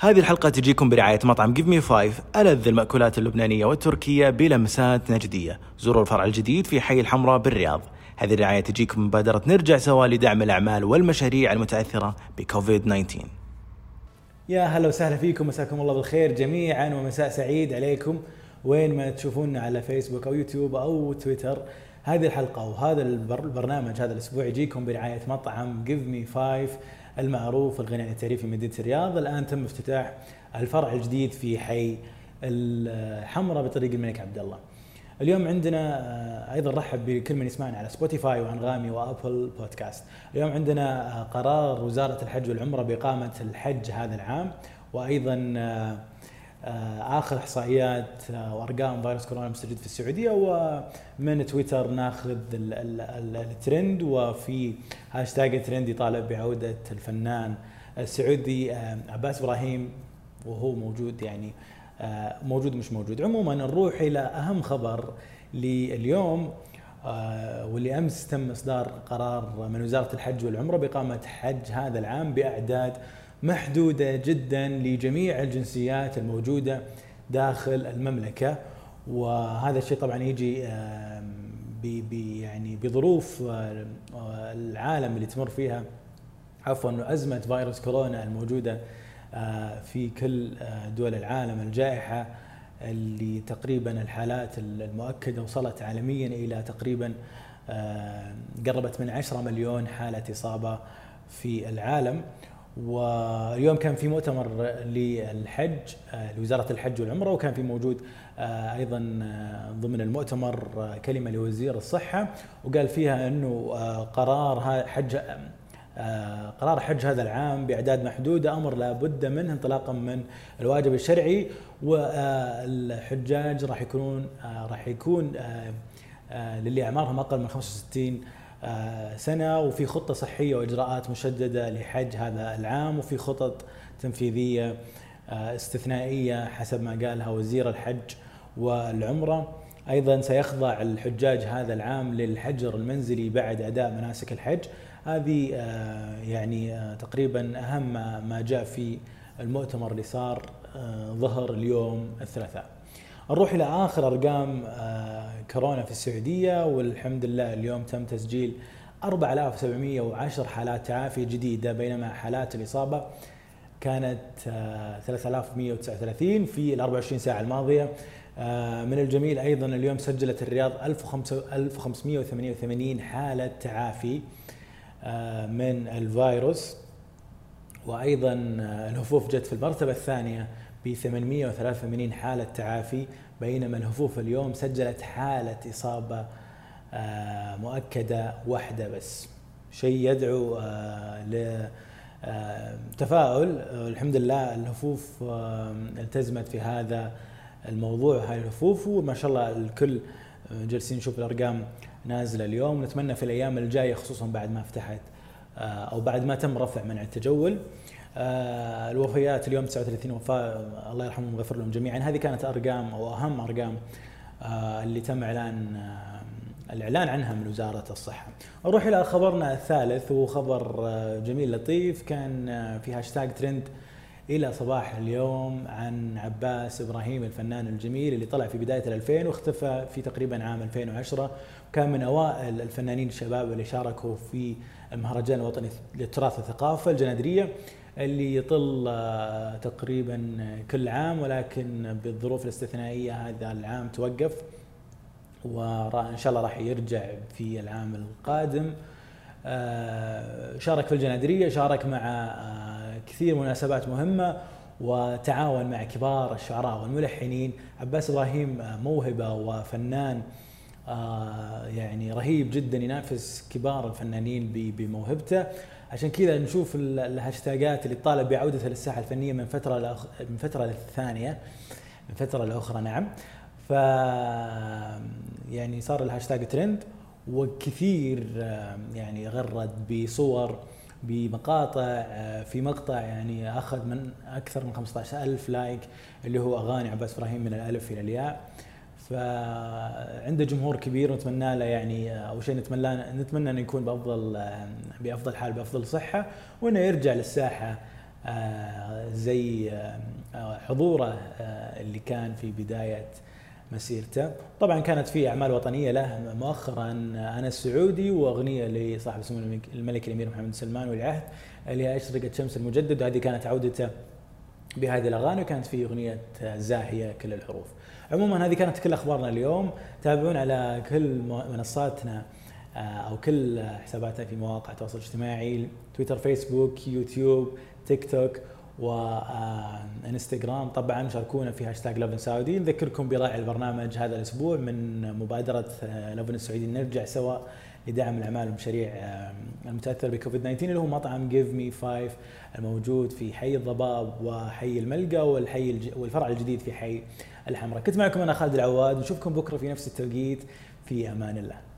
هذه الحلقة تجيكم برعاية مطعم Give Me 5، ألذ المأكولات اللبنانية والتركية بلمسات نجدية. زوروا الفرع الجديد في حي الحمراء بالرياض. هذه الرعاية تجيكم مبادرة نرجع سوا لدعم الأعمال والمشاريع المتأثرة بكوفيد 19. يا هلا وسهلا فيكم، مساكم الله بالخير جميعا ومساء سعيد عليكم وين ما تشوفونا على فيسبوك أو يوتيوب أو تويتر. هذه الحلقة وهذا البرنامج هذا الأسبوع يجيكم برعاية مطعم Give Me 5 المعروف الغني عن التعريف في مدينة الرياض. الآن تم افتتاح الفرع الجديد في حي الحمراء بطريق الملك عبد الله. اليوم عندنا أيضا رحب بكل من يسمعنا على سبوتيفاي وأنغامي وأبل بودكاست. اليوم عندنا قرار وزارة الحج والعمرة بإقامة الحج هذا العام، وأيضا آخر إحصائيات وأرقام فيروس كورونا المستجد في السعودية، ومن تويتر ناخذ الترند، وفي هاشتاج ترند يطالب بعودة الفنان السعودي عباس إبراهيم، وهو موجود يعني موجود مش موجود. عموما نروح إلى أهم خبر لليوم، واللي أمس تم إصدار قرار من وزارة الحج والعمرة بإقامة حج هذا العام بأعداد محدودة جدا لجميع الجنسيات الموجودة داخل المملكة. وهذا الشيء طبعا يجي يعني بظروف العالم اللي تمر فيها أزمة فيروس كورونا الموجودة في كل دول العالم، الجائحة اللي تقريبا الحالات المؤكدة وصلت عالميا إلى تقريبا قربت من 10 مليون حالة إصابة في العالم. واليوم كان في مؤتمر للحج لوزارة الحج والعمرة، وكان في موجود أيضا ضمن المؤتمر كلمة لوزير الصحة، وقال فيها أنه قرار حج هذا العام بأعداد محدودة أمر لا بد منه انطلاقا من الواجب الشرعي، والحجاج راح يكون للي أعمارهم أقل من 65 سنة، وفي خطة صحية وإجراءات مشددة لحج هذا العام، وفي خطط تنفيذية استثنائية حسب ما قالها وزير الحج والعمرة. أيضا سيخضع الحجاج هذا العام للحجر المنزلي بعد أداء مناسك الحج. هذه يعني تقريبا أهم ما جاء في المؤتمر اللي صار ظهر اليوم الثلاثاء. نروح إلى آخر أرقام كورونا في السعودية، والحمد لله اليوم تم تسجيل 4710 حالات تعافي جديدة، بينما حالات الإصابة كانت 3139 في 24 ساعة الماضية. من الجميل أيضا اليوم سجلت الرياض 1588 حالة تعافي من الفيروس، وأيضا الهفوف جت في المرتبة الثانية ب 883 حالة تعافي، بينما الهفوف اليوم سجلت حالة إصابة مؤكدة واحدة بس. شيء يدعو لتفاؤل. الحمد لله الهفوف التزمت في هذا الموضوع، هاي الهفوف، وما شاء الله الكل جالسين نشوف الأرقام نازلة اليوم. نتمنى في الأيام الجاية خصوصا بعد ما فتحت أو بعد ما تم رفع منع التجول. الوفيات اليوم 39 وفاة، الله يرحمهم ويغفر لهم جميعا. هذه كانت أرقام أو أهم أرقام اللي تم الإعلان عنها من وزارة الصحة. نروح إلى خبرنا الثالث، وخبر جميل لطيف كان في هاشتاج ترند إلى صباح اليوم عن عباس إبراهيم الفنان الجميل اللي طلع في بداية 2000 واختفى في تقريبا عام 2010. كان من أوائل الفنانين الشباب اللي شاركوا في المهرجان الوطني للتراث والثقافة الجنادرية اللي يطل تقريبا كل عام، ولكن بالظروف الاستثنائية هذا العام توقف، وإن شاء الله راح يرجع في العام القادم. شارك في الجنادرية، شارك مع كثير مناسبات مهمة، وتعاون مع كبار الشعراء والملحنين. عباس إبراهيم موهبة وفنان يعني رهيب جدا، ينافس كبار الفنانين بموهبته. عشان كذا نشوف الهاشتاجات اللي تطالب بعودته للساحة الفنية من فترة للثانية، من فترة لأخرى. نعم، ف يعني صار الهاشتاج ترند، وكثير يعني غرد بصور بمقاطع. في مقطع يعني أخذ من أكثر من 15,000 لايك، اللي هو أغاني عباس إبراهيم من الألف إلى الياء. فعنده جمهور كبير، ونتمنى له يعني أول شيء نتمنى أن يكون بأفضل حال بأفضل صحة، وأنه يرجع للساحة زي حضوره اللي كان في بداية مسيرته. طبعا كانت في أعمال وطنية له مؤخرا، أنا السعودي، وأغنية لصاحب السمو الملك الأمير محمد بن سلمان والعهد اللي هي أشرقت شمس المجدد، وهذه كانت عودته بهذه الأغاني، وكانت في أغنية زاهية كل الحروف. عموما هذه كانت كل أخبارنا اليوم. تابعونا على كل منصاتنا أو كل حساباتنا في مواقع التواصل الاجتماعي، تويتر، فيسبوك، يوتيوب، تيك توك وانستغرام. طبعا شاركونا في هاشتاج لوفن سعودي. نذكركم براعي البرنامج هذا الأسبوع من مبادرة لوفن السعودي نرجع سوا لدعم الأعمال والمشاريع المتأثرة بكوفيد 19، اللي هو مطعم Give Me 5 الموجود في حي الضباب وحي الملقا والفرع الجديد في حي الحمراء. كنت معكم أنا خالد العواد، ونشوفكم بكرة في نفس التوقيت. في أمان الله.